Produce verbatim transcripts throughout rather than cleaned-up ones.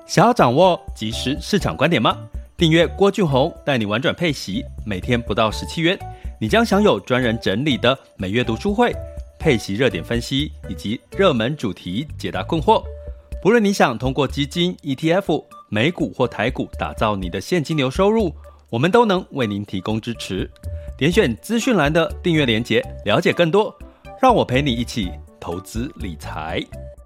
想要掌握即时市场观点吗？订阅郭俊宏带你玩转配息，每天不到十七元，你将享有专人整理的每月读书会、配息热点分析以及热门主题解答困惑。不论你想通过基金、E T F、美股或台股打造你的现金流收入，我们都能为您提供支持。点选资讯栏的订阅连结，了解更多。让我陪你一起投资理财。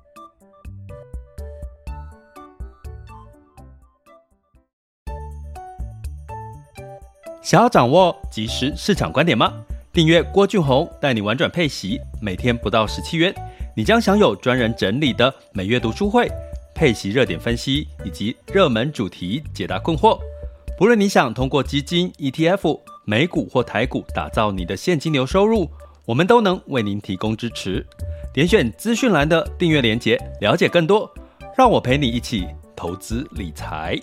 想要掌握即时市场观点吗？订阅郭俊宏带你玩转配息，每天不到十七元，你将享有专人整理的每月读书会、配息热点分析以及热门主题解答困惑。不论你想通过基金、E T F、美股或台股打造你的现金流收入，我们都能为您提供支持。点选资讯栏的订阅连结，了解更多。让我陪你一起投资理财。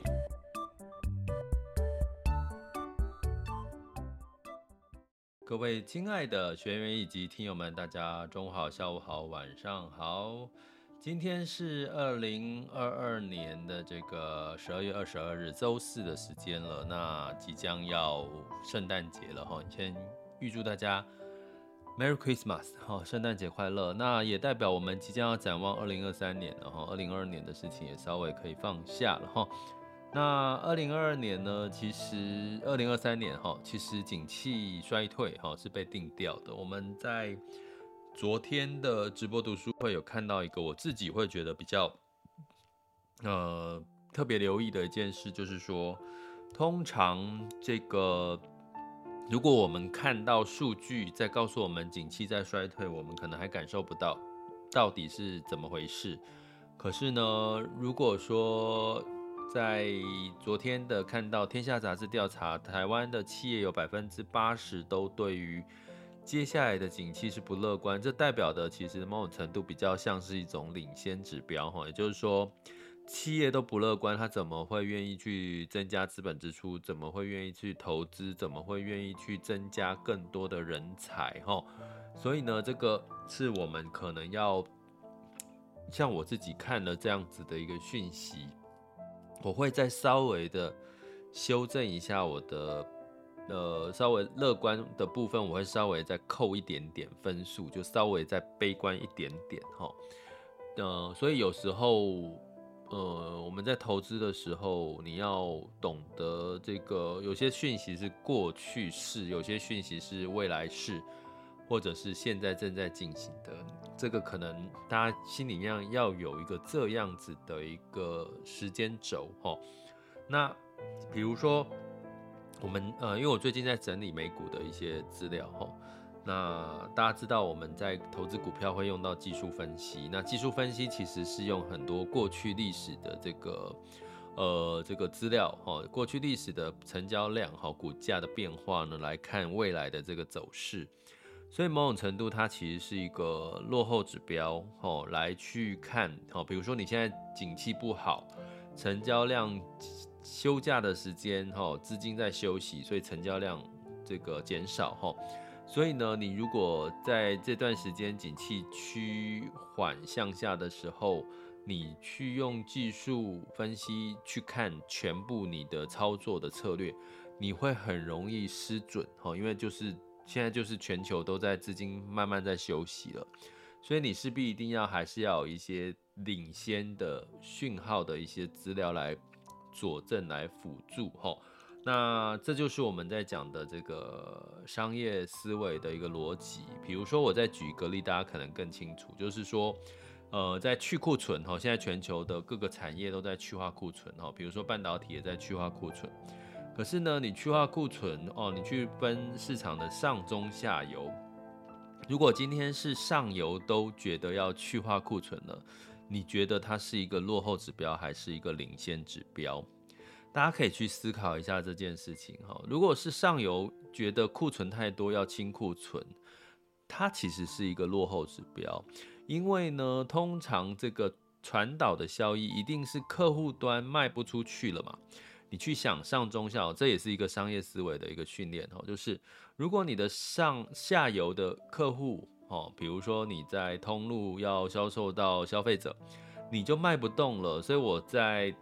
各位亲爱的学员以及听友们，大家中午好、下午好、晚上好。今天是二零二二年的这个十二月二十二日周四的时间了，那即将要圣诞节了哈，先预祝大家 Merry Christmas 哈，圣诞节快乐。那也代表我们即将要展望二零二三年了哈，二零二二年的事情也稍微可以放下了哈。那二零二二年呢，其实二零二三年哈，其实景气衰退哈是被定调的。我们在昨天的直播读书会有看到一个我自己会觉得比较呃特别留意的一件事，就是说，通常这个如果我们看到数据在告诉我们景气在衰退，我们可能还感受不到到底是怎么回事。可是呢，如果说在昨天的看到天下杂志调查，台湾的企业有百分之八十都对于接下来的景气是不乐观，这代表的其实某种程度比较像是一种领先指标，也就是说，企业都不乐观，他怎么会愿意去增加资本支出？怎么会愿意去投资？怎么会愿意去增加更多的人才？所以呢，这个是我们可能要像我自己看了这样子的一个讯息。我会再稍微的修正一下我的呃稍微乐观的部分，我会稍微再扣一点点分数，就稍微再悲观一点点哈。呃，所以有时候呃我们在投资的时候，你要懂得这个有些讯息是过去式，有些讯息是未来式，或者是现在正在进行的。这个可能大家心里面要有一个这样子的一个时间轴齁。那比如说我们呃，因为我最近在整理美股的一些资料齁，那大家知道我们在投资股票会用到技术分析，那技术分析其实是用很多过去历史的这个呃这个资料齁，过去历史的成交量齁，股价的变化呢，来看未来的这个走势。所以某种程度，它其实是一个落后指标，哦，来去看，哦，比如说你现在景气不好，成交量休假的时间，哦，资金在休息，所以成交量这个减少，哦，所以呢，你如果在这段时间景气趋缓向下的时候，你去用技术分析去看全部你的操作的策略，你会很容易失准，哦，因为就是现在就是全球都在资金慢慢在休息了，所以你势必一定要还是要有一些领先的讯号的一些资料来佐证来辅助齁。那这就是我们在讲的这个商业思维的一个逻辑。比如说我再举一个例，大家可能更清楚，就是说呃，在去库存齁，现在全球的各个产业都在去化库存齁，比如说半导体也在去化库存。可是呢，你去化库存哦，你去分市场的上中下游。如果今天是上游都觉得要去化库存了，你觉得它是一个落后指标还是一个领先指标？大家可以去思考一下这件事情哈。如果是上游觉得库存太多要清库存，它其实是一个落后指标，因为呢，通常这个传导的效益一定是客户端卖不出去了嘛。你去想上中下游，这也是一个商业思维的一个训练，就是如果你的上下游的客户，比如说你在通路要销售到消费者，你就卖不动了，所以我在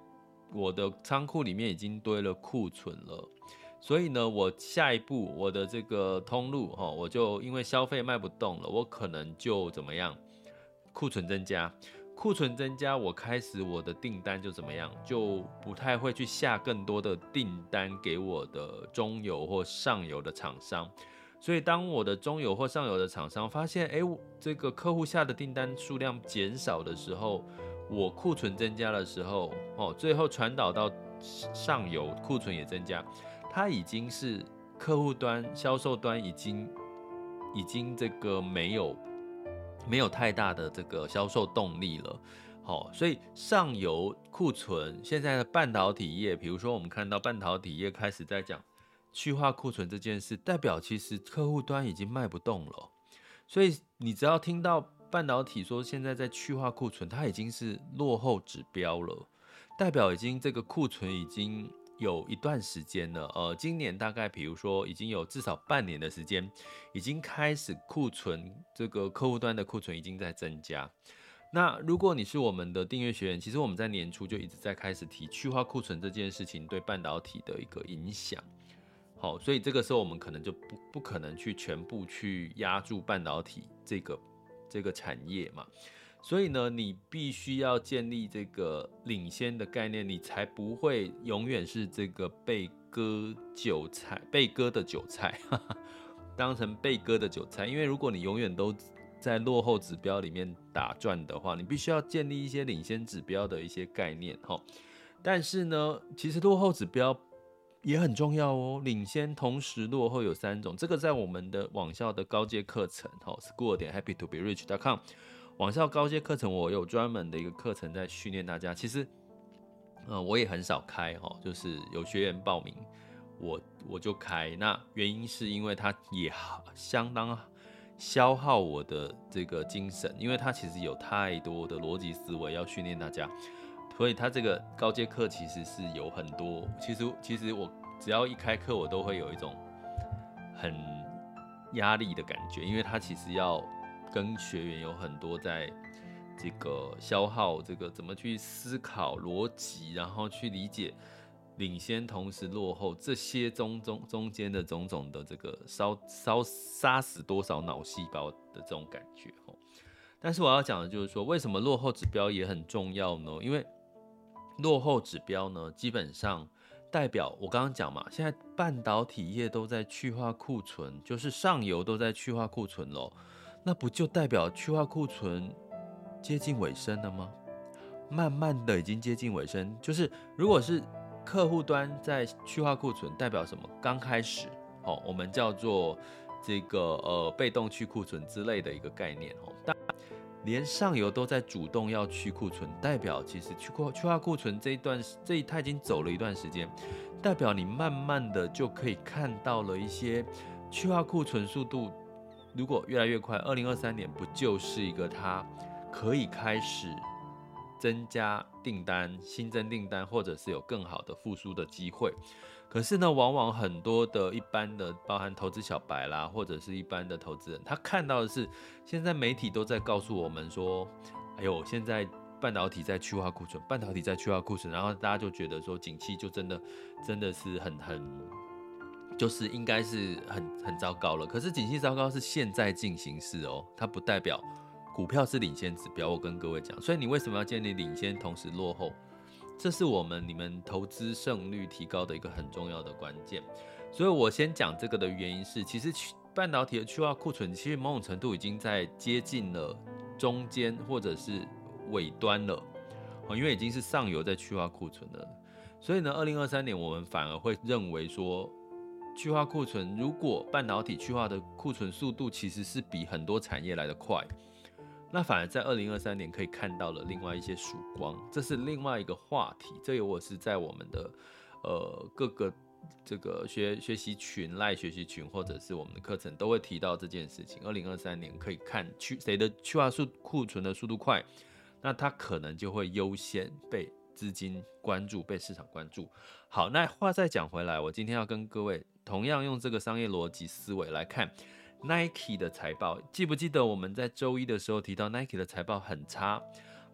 我的仓库里面已经堆了库存了，所以呢，我下一步我的这个通路哈，我就因为消费卖不动了，我可能就怎么样，库存增加。库存增加，我开始我的订单就怎么样，就不太会去下更多的订单给我的中游或上游的厂商。所以当我的中游或上游的厂商发现，哎，这个客户下的订单数量减少的时候，我库存增加的时候，哦，最后传导到上游，库存也增加，它已经是客户端、销售端已经已经这个没有。没有太大的这个销售动力了，好，所以上游库存现在的半导体业，比如说我们看到半导体业开始在讲去化库存这件事，代表其实客户端已经卖不动了，所以你只要听到半导体说现在在去化库存，它已经是落后指标了，代表已经这个库存已经有一段时间了，呃，今年大概比如说已经有至少半年的时间，已经开始库存这个客户端的库存已经在增加。那如果你是我们的订阅学员，其实我们在年初就一直在开始提去化库存这件事情对半导体的一个影响。好，所以这个时候我们可能就不不可能去全部去压住半导体这个这个产业嘛。所以呢，你必须要建立这个领先的概念，你才不会永远是这个被割韭菜、被割的韭菜，哈哈，当成被割的韭菜。因为如果你永远都在落后指标里面打转的话，你必须要建立一些领先指标的一些概念哈。但是呢，其实落后指标也很重要哦。领先同时落后有三种，这个在我们的网校的高阶课程哈 ，school 点 happy to be rich dot com。网校高阶课程，我有专门的一个课程在训练大家。其实，呃，我也很少开哈，就是有学员报名，我我就开。那原因是因为它也相当消耗我的这个精神，因为它其实有太多的逻辑思维要训练大家，所以它这个高阶课其实是有很多。其实其实我只要一开课，我都会有一种很压力的感觉，因为它其实要跟学员有很多在这个消耗，这个怎么去思考逻辑，然后去理解领先同时落后这些中中中间的种种的这个烧烧杀死多少脑细胞的这种感觉。但是我要讲的就是说，为什么落后指标也很重要呢？因为落后指标呢，基本上代表我刚刚讲嘛，现在半导体业都在去化库存，就是上游都在去化库存咯。那不就代表去化库存接近尾声了吗？慢慢的已经接近尾声，就是如果是客户端在去化库存，代表什么？刚开始，哦，我们叫做这个呃被动去库存之类的一个概念哦。但连上游都在主动要去库存，代表其实去去化库存这一段这一它已经走了一段时间，代表你慢慢的就可以看到了一些去化库存速度。如果越来越快，二零二三年不就是一个它可以开始增加订单、新增订单，或者是有更好的复苏的机会？可是呢，往往很多的一般的，包含投资小白啦，或者是一般的投资人，他看到的是现在媒体都在告诉我们说，哎呦，现在半导体在去化库存，半导体在去化库存，然后大家就觉得说，景气就真的真的是很很。就是应该是很很糟糕了，可是景气糟糕是现在进行式哦，它不代表股票是领先指标。我跟各位讲，所以你为什么要建立领先同时落后？这是我们你们投资胜率提高的一个很重要的关键。所以我先讲这个的原因是，其实半导体的去化库存，其实某种程度已经在接近了中间或者是尾端了，因为已经是上游在去化库存了。所以呢，二零二三年我们反而会认为说，去化库存，如果半导体去化的库存速度其实是比很多产业来得快，那反而在二零二三年可以看到了另外一些曙光，这是另外一个话题。这个我是在我们的呃各个这个学学习群、赖学习群或者是我们的课程都会提到这件事情。二零二三年可以看去谁的去化速库存的速度快，那它可能就会优先被资金关注，被市场关注。好，那话再讲回来，我今天要跟各位同样用这个商业逻辑思维来看 Nike 的财报。记不记得我们在周一的时候提到 Nike 的财报很差？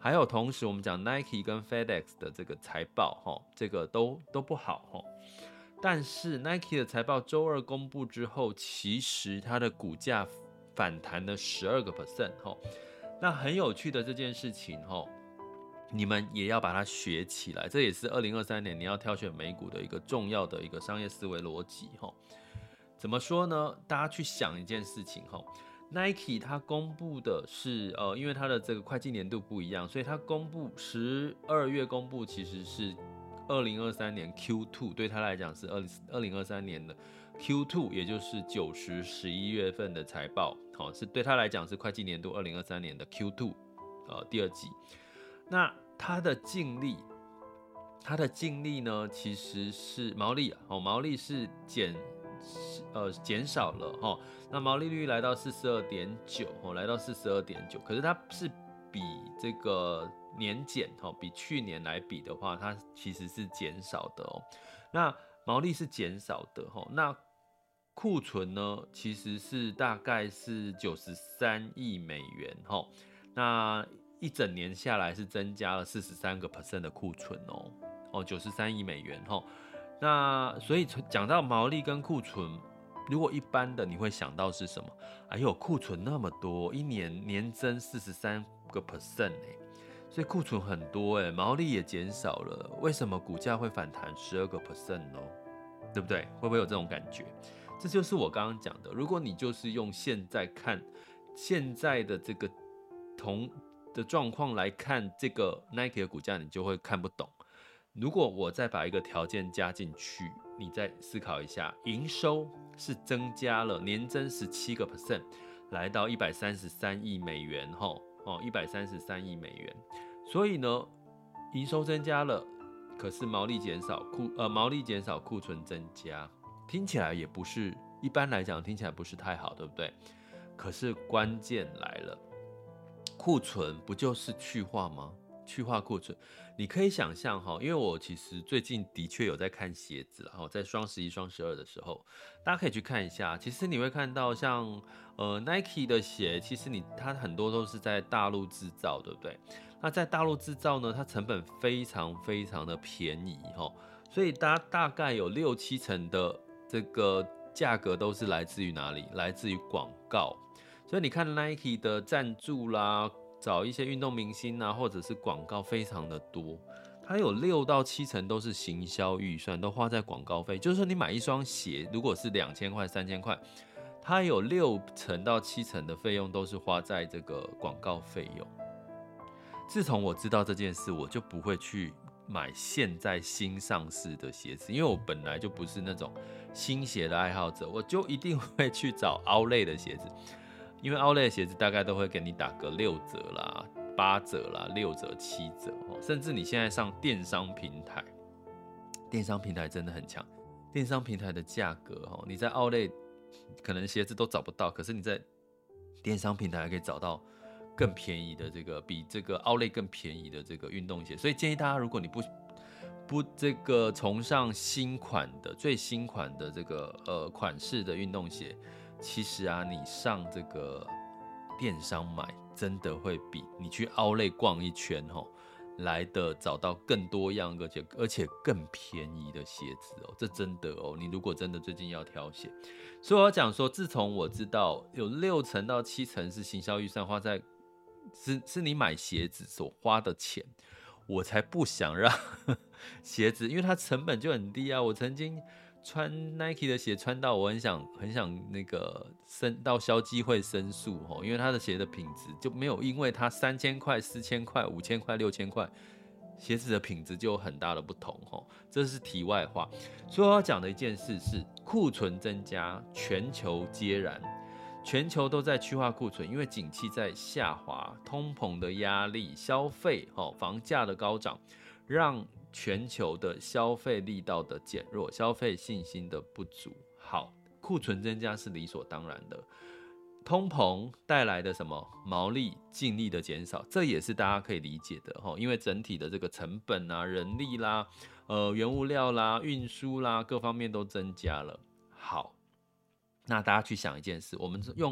还有同时我们讲 Nike 跟 FedEx 的这个财报，哈，这个都都不好，哈。但是 Nike 的财报周二公布之后，其实它的股价反弹了 百分之十二 哈。那很有趣的这件事情，哈，你们也要把它学起来，这也是二零二三年你要挑选美股的一个重要的一个商业思维逻辑，哈。怎么说呢？大家去想一件事情，哈。Nike 它公布的是，呃，因为它的这个会计年度不一样，所以它公布十二月公布其实是二零二三年 Q 二， 对他来讲是二零二三年的 Q 二， 也就是九十、十一月份的财报，好，是对他来讲是会计年度二零二三年的 Q 二，呃，第二季。那它的净利，它的净利呢，其实是毛利，哦，毛利是减。呃，减少了哈，那毛利率来到 四十二点九， 来到 四十二点九， 可是它是比这个年减，比去年来比的话，它其实是减少的哦。那毛利是减少的，那库存呢，其实是大概是九十三亿美元，那一整年下来是增加了 百分之四十三 的库存哦，哦，九十三亿美元哈。那所以讲到毛利跟库存，如果一般的你会想到是什么？哎呦，库存那么多，一年年增 百分之四十三 哎，所以库存很多哎，毛利也减少了，为什么股价会反弹 百分之十二 呢？对不对？会不会有这种感觉？这就是我刚刚讲的，如果你就是用现在看现在的这个同的状况来看这个 Nike 的股价，你就会看不懂。如果我再把一个条件加进去，你再思考一下，营收是增加了年增 百分之十七， 来到一百三十三亿美元，哦，一百三十三亿美元。所以呢，营收增加了，可是毛利减少，库呃毛利减少，库存增加，听起来也不是，一般来讲听起来不是太好，对不对？可是关键来了，库存不就是去化吗？去化库存，你可以想象哈，因为我其实最近的确有在看鞋子，然后在双十一、双十二的时候，大家可以去看一下。其实你会看到像呃 Nike 的鞋，其实你它很多都是在大陆制造，对不对？那在大陆制造呢，它成本非常非常的便宜哈，所以大大概有六七成的这个价格都是来自于哪里？来自于广告。所以你看 Nike 的赞助啦。找一些运动明星啊，或者是广告非常的多，它有六到七成都是行销预算，都花在广告费。就是说你买一双鞋，如果是两千块、三千块，它有六成到七成的费用都是花在这个广告费用。自从我知道这件事，我就不会去买现在新上市的鞋子，因为我本来就不是那种新鞋的爱好者，我就一定会去找 outlet 的鞋子。因为 outlet 的鞋子大概都会给你打个六折啦、八折啦、六折、七折，甚至你现在上电商平台，电商平台真的很强。电商平台的价格，你在 outlet 可能鞋子都找不到，可是你在电商平台还可以找到更便宜的这个，比这个 outlet 更便宜的这个运动鞋。所以建议大家，如果你不不这个崇尚新款的、最新款的这个呃款式的运动鞋。其实啊，你上这个电商买，真的会比你去 outlet 逛一圈吼，来的找到更多样而且而且更便宜的鞋子哦，这真的哦。你如果真的最近要挑鞋，所以我要讲说，自从我知道有六成到七成是行销预算花在是是你买鞋子所花的钱，我才不想让鞋子，因为它成本就很低啊。我曾经。穿 Nike 的鞋穿到我很想很想那个申到消基会申诉吼，因为他的鞋的品质就没有，因为他三千块、四千块、五千块、六千块，鞋子的品质就有很大的不同吼。这是题外话。所以我要讲的一件事是，库存增加，全球皆然，全球都在去化库存，因为景气在下滑，通膨的压力，消费吼，房价的高涨，让全球的消费力道的减弱，消费信心的不足，好，库存增加是理所当然的。通膨带来的什么毛利、净利的减少，这也是大家可以理解的哈，因为整体的这个成本啊、人力啦、呃原物料啦、运输啦，各方面都增加了。好，那大家去想一件事，我们用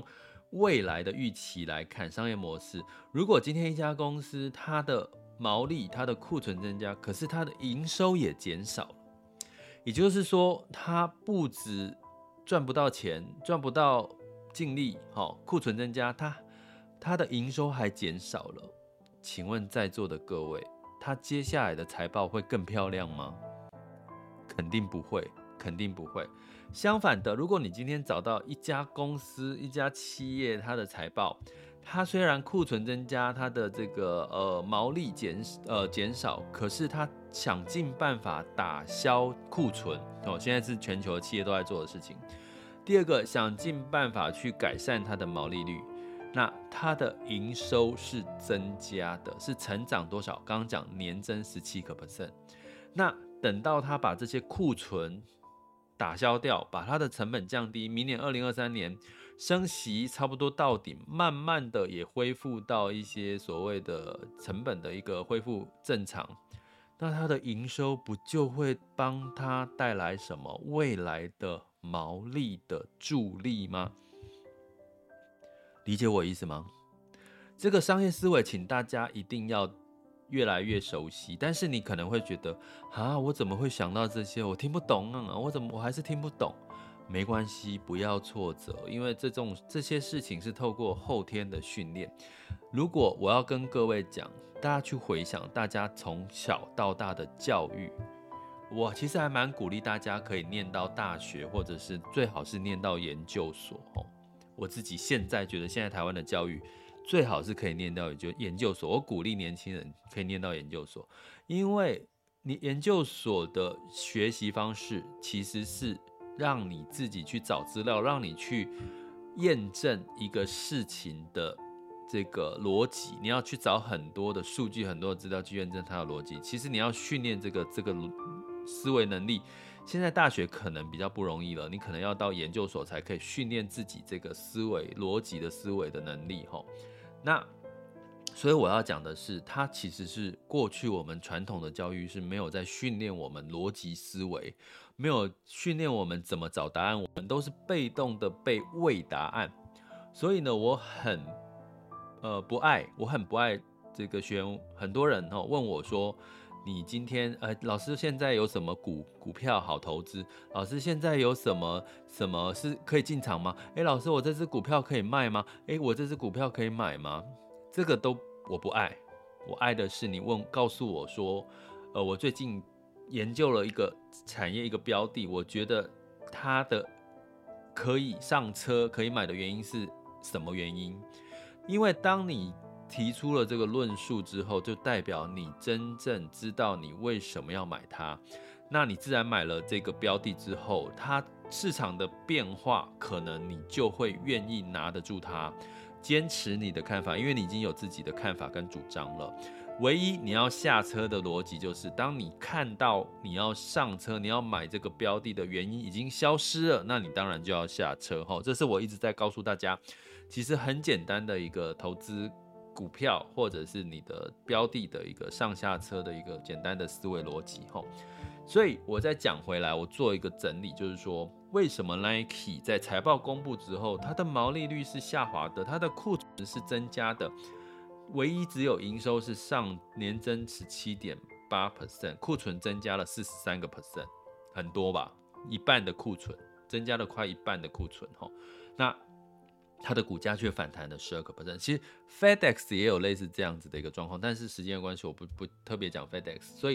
未来的预期来看，商业模式，如果今天一家公司它的毛利、它的库存增加，可是它的营收也减少了，也就是说，它不止赚不到钱，赚不到净利，好，库存增加，它它的营收还减少了。请问在座的各位，它接下来的财报会更漂亮吗？肯定不会，肯定不会。相反的，如果你今天找到一家公司、一家企业，它的财报，它虽然库存增加，它的这个呃毛利减呃减少，可是它想尽办法打消库存哦，现在是全球的企业都在做的事情。第二个，想尽办法去改善它的毛利率，那它的营收是增加的，是成长多少？刚刚讲年增十七个 percent。那等到它把这些库存打消掉，把它的成本降低，明年二零二三年升息差不多到顶，慢慢的也恢复到一些所谓的成本的一个恢复正常，那它的营收不就会帮它带来什么未来的毛利的助力吗？理解我意思吗？这个商业思维，请大家一定要越来越熟悉。但是你可能会觉得，啊，我怎么会想到这些？我听不懂啊，我怎么我还是听不懂？没关系，不要挫折，因为这种这些事情是透过后天的训练。如果我要跟各位讲，大家去回想大家从小到大的教育，我其实还蛮鼓励大家可以念到大学，或者是最好是念到研究所。我自己现在觉得，现在台湾的教育最好是可以念到研究所。我鼓励年轻人可以念到研究所，因为你研究所的学习方式其实是让你自己去找资料，让你去验证一个事情的这个逻辑。你要去找很多的数据、很多的资料去验证它的逻辑。其实你要训练这个这个思维能力。现在大学可能比较不容易了，你可能要到研究所才可以训练自己这个思维逻辑的思维的能力齁。那所以我要讲的是，它其实是过去我们传统的教育是没有在训练我们逻辑思维，没有训练我们怎么找答案，我们都是被动的被喂答案。所以呢，我很呃不爱，我很不爱这个学员，很多人齁问我说。你今天呃，老师现在有什么股股票好投资？老师现在有什么什么是可以进场吗？哎，老师我这只股票可以卖吗？哎，我这只股票可以买吗？这个都我不爱，我爱的是你问告诉我说，呃，我最近研究了一个产业一个标的，我觉得它的可以上车可以买的原因是什么原因？因为当你提出了这个论述之后，就代表你真正知道你为什么要买它。那你自然买了这个标的之后，它市场的变化，可能你就会愿意拿得住它，坚持你的看法，因为你已经有自己的看法跟主张了。唯一你要下车的逻辑就是，当你看到你要上车、你要买这个标的的原因已经消失了，那你当然就要下车。这是我一直在告诉大家，其实很简单的一个投资股票或者是你的标的的一个上下车的一个简单的思维逻辑。所以我再讲回来，我做一个整理，就是说为什么 Nike 在财报公布之后，它的毛利率是下滑的，它的库存是增加的，唯一只有营收是上年增 百分之十七点八， 库存增加了 百分之四十三， 很多吧，一半的库存增加了快一半的库存。那它的股价却反弹了 百分之十二。 其实 FedEx 也有类似这样子的一个状况，但是时间的关系我 不, 不特别讲 FedEx。 所以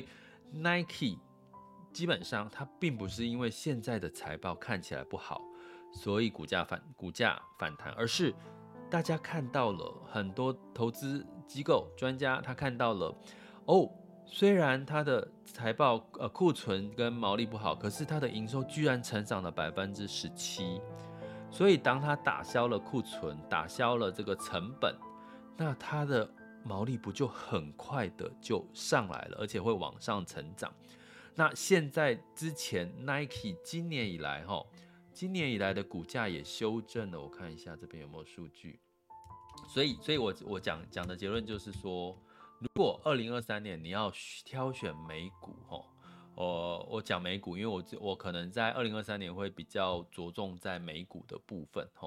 Nike 基本上它并不是因为现在的财报看起来不好，所以股价 反, 股价反弹，而是大家看到了很多投资机构专家他看到了哦，虽然它的财报呃库存跟毛利不好，可是它的营收居然成长了 百分之十七。所以当它打消了库存，打消了这个成本，那它的毛利不就很快的就上来了，而且会往上成长。那现在之前 Nike 今年以来今年以来的股价也修正了，我看一下这边有没有数据。所以所以我我讲讲的结论就是说，如果二零二三年你要挑选美股我我讲美股，因为我我可能在二零二三年会比较着重在美股的部分。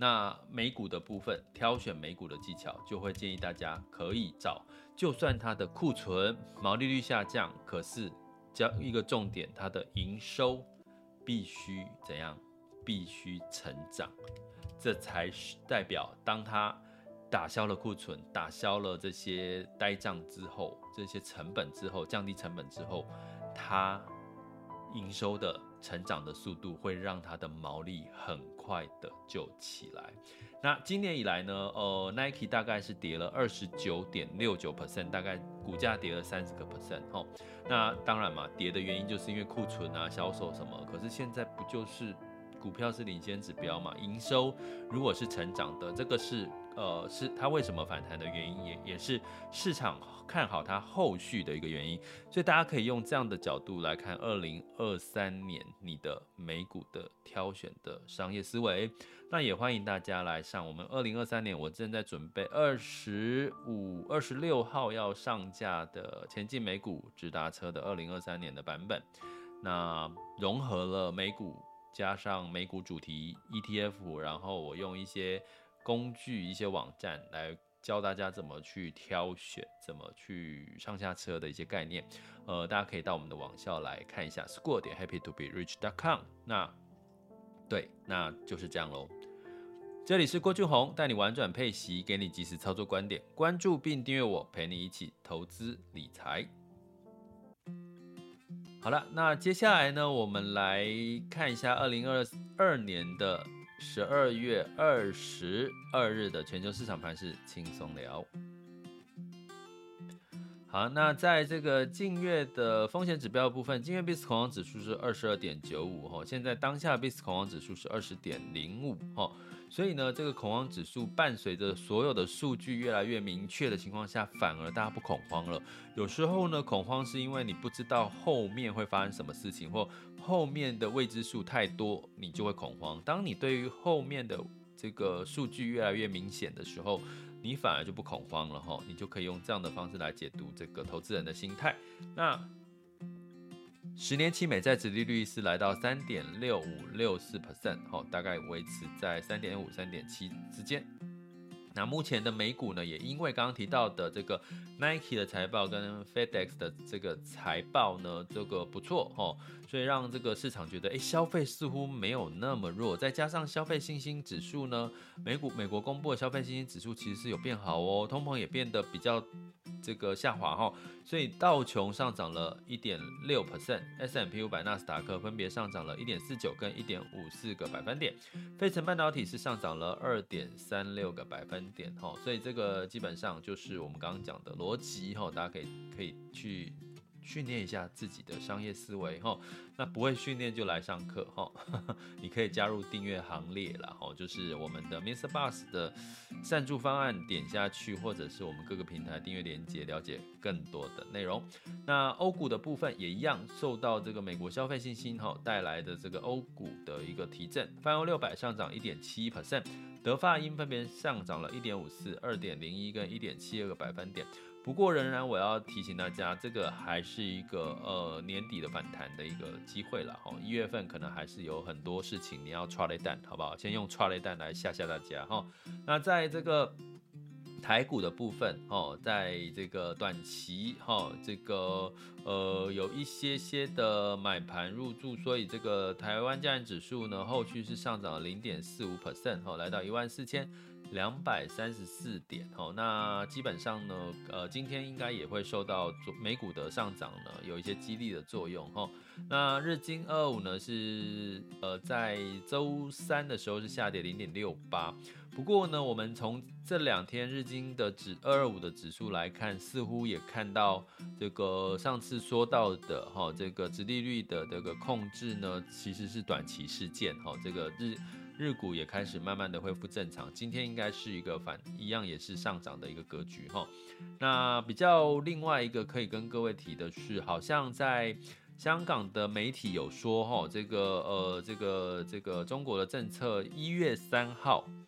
那美股的部分，挑选美股的技巧，就会建议大家可以找，就算它的库存毛利率下降，可是加一个重点，它的营收必须怎样？必须成长，这才是代表当它打消了库存，打消了这些呆账之后，这些成本之后，降低成本之后，它营收的成长的速度会让它的毛利很快的就起来。那今年以来呢，呃 ，Nike 大概是跌了 百分之二十九点六九， 大概股价跌了 百分之三十 齁。那当然嘛，跌的原因就是因为库存啊、销售什么。可是现在不就是股票是领先指标嘛？营收如果是成长的，这个是呃是它为什么反弹的原因，也也是市场看好它后续的一个原因。所以大家可以用这样的角度来看二零二三年你的美股的挑选的商业思维。那也欢迎大家来上我们二零二三年我正在准备二十五、二十六号要上架的前进美股直达车的二零二三年的版本。那融合了美股加上美股主题 E T F， 然后我用一些工具、一些网站来教大家怎么去挑选，怎么去上下车的一些概念。呃，大家可以到我们的网校来看一下 score 点 happy to be rich dot com。那对，那就是这样咯。这里是郭俊宏，带你玩转配息，给你及时操作观点。关注并订阅我，陪你一起投资理财。好了，那接下来呢，我们来看一下二零二二年的十二月二十二日的全球市场盘势，轻松聊。好，那在这个近月的风险指标的部分，近月 B I S 恐慌指数是 二十二点九五， 现在当下 B I S 恐慌指数是 二十点零五， 所以呢，这个恐慌指数伴随着所有的数据越来越明确的情况下，反而大家不恐慌了。有时候呢，恐慌是因为你不知道后面会发生什么事情，或后面的未知数太多，你就会恐慌。当你对于后面的这个数据越来越明显的时候，你反而就不恐慌了哈，你就可以用这样的方式来解读这个投资人的心态。那十年期美债殖利率是来到 三点六五六四 percent， 大概维持在 三点五、三点七 之间。那目前的美股呢，也因为刚刚提到的这个 Nike 的财报跟 FedEx 的这个财报呢，这个不错哦，所以让这个市场觉得，哎，消费似乎没有那么弱。再加上消费信心指数呢，美股美国公布的消费信心指数其实是有变好哦，通膨也变得比较这个下滑哈，所以道琼上涨了 百分之一点六 ，S and P 五百 纳斯达克分别上涨了 一点四九 跟 一点五四 个百分点，费城半导体是上涨了 二点三六 个百分点，所以这个基本上就是我们刚刚讲的逻辑，大家可以可以去训练一下自己的商业思维，那不会训练就来上课，你可以加入订阅行列啦，就是我们的 Mister Bus 的赞助方案点下去，或者是我们各个平台订阅连结，了解更多的内容。那欧股的部分也一样，受到这个美国消费信心带来的这个欧股的一个提振，泛欧六百上涨 一点七 percent， 德法英分别上涨了 一点五四、二点零一 跟 一点七二 个百分点。不过仍然我要提醒大家，这个还是一个呃年底的反弹的一个机会啦，一月份可能还是有很多事情你要抓雷弹，好不好？先用抓雷弹来吓吓大家哈。那在这个台股的部分，在这个短期这个呃有一些些的买盘入驻，所以这个台湾加权指数呢，后续是上涨了 零点四五 percent， 来到一万四千两百三十四点，那基本上呢，呃，今天应该也会受到美股的上涨呢，有一些激励的作用。那日经二二五呢是呃在周三的时候是下跌 零点六八，不过呢，我们从这两天日经的指二二五的指数来看，似乎也看到这个上次说到的哈，这个殖利率的这个控制呢，其实是短期事件哈，这个日。日股也开始慢慢的恢复正常，今天应该是一个反一样也是上涨的一个格局哈。那比较另外一个可以跟各位提的是，好像在香港的媒体有说哈，这个呃这个这个中国的政策一月三号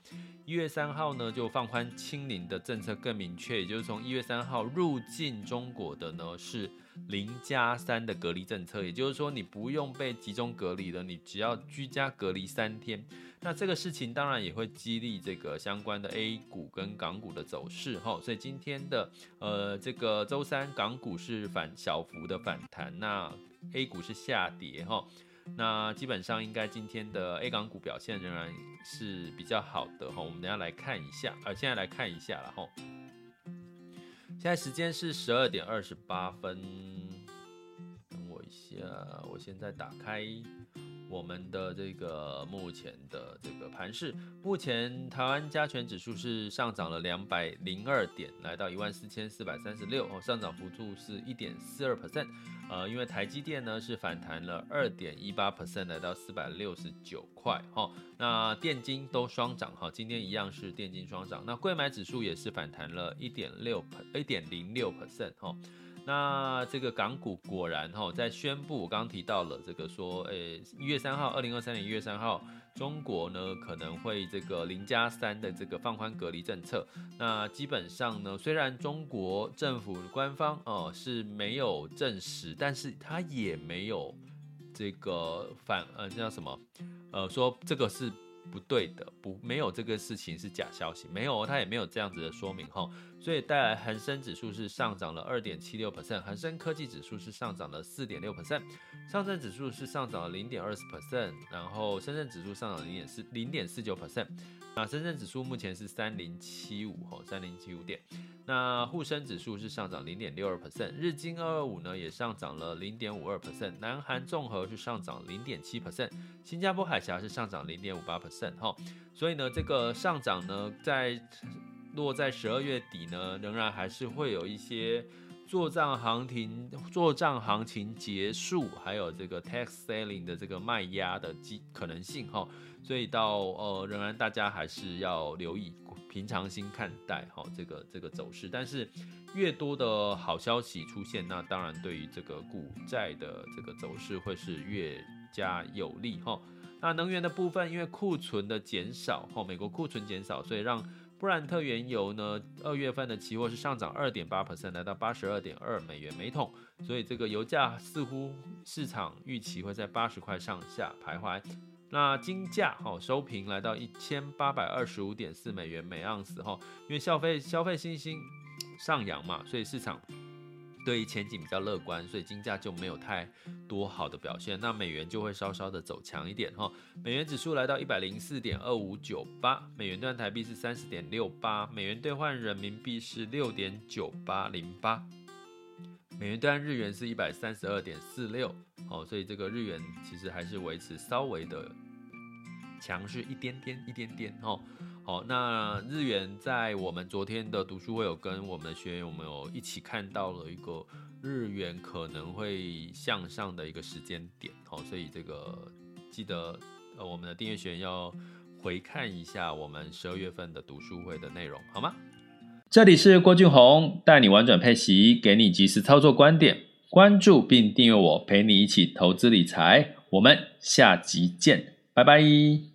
一月三号呢就放宽清零的政策更明确，也就是从一月三号入境中国的呢是零加三的隔离政策，也就是说你不用被集中隔离了，你只要居家隔离三天。那这个事情当然也会激励这个相关的 A 股跟港股的走势，所以今天的呃这个周三港股是反小幅的反弹，那 A 股是下跌哈。那基本上应该今天的 A 港股表现仍然是比较好的哈，我们等一下来看一下，呃，现在来看一下了哈。现在时间是十二点二十八分，等我一下，我现在打开我们的这个目前的这个盘势，目前台湾加权指数是上涨了两百零二点，来到一万四千四百三十六，上涨幅度是 百分之一点四二。呃，因为台积电呢是反弹了 百分之二点一八， 来到四百六十九块，那电金都双涨，今天一样是电金双涨，那柜买指数也是反弹了 一点零六。那这个港股果然在宣布，我刚刚提到了这个说，诶，一月三号，二零二三年一月三号，中国呢可能会这个零加三的这个放宽隔离政策。那基本上呢，虽然中国政府官方哦、呃、是没有证实，但是他也没有这个反呃叫什么呃说这个是不对的，不没有这个事情是假消息，没有，他也没有这样子的说明哈，所以带来恒生指数是上涨了 百分之二点七六， 恒生科技指数是上涨了 百分之四点六， 上证指数是上涨了 百分之零点二零， 然后深圳指数上涨 零点四九， 那深圳指数目前是三零七五三零七五点，那沪深指数是上涨 零点六二， 日经二二五呢也上涨了 零点五二， 南韩综合是上涨 零点七， 新加坡海峡是上涨 零点五八， 所以呢这个上涨呢在落在十二月底呢仍然还是会有一些做账行情做账行情结束，还有这个 tax selling 的这个卖压的可能性，所以到呃仍然大家还是要留意，平常心看待这个这个走势，但是越多的好消息出现，那当然对于这个股债的这个走势会是越加有利。那能源的部分，因为库存的减少，美国库存减少，所以让布兰特原油呢二月份的期货是上涨 百分之二点八， 来到 八十二点二美元每桶，所以这个油价似乎市场预期会在八十块上下徘徊。那金价收平来到一千八百二十五点四美元每盎司，因为消费消费信心上扬嘛，所以市场对于前景比较乐观，所以金价就没有太多好的表现，那美元就会稍稍的走强一点。美元指数来到 一百零四点二五九八， 美元兑换台币是 三十点六八， 美元兑换人民币是 六点九八零八， 美元兑换日元是 一百三十二点四六， 所以这个日元其实还是维持稍微的强势一点点一点点。好，那日元在我们昨天的读书会有跟我们的学员，我们有一起看到了一个日元可能会向上的一个时间点，所以这个记得呃我们的订阅学员要回看一下我们十二月份的读书会的内容，好吗？这里是郭俊宏，带你玩转配息，给你及时操作观点，关注并订阅我，陪你一起投资理财，我们下集见，拜拜。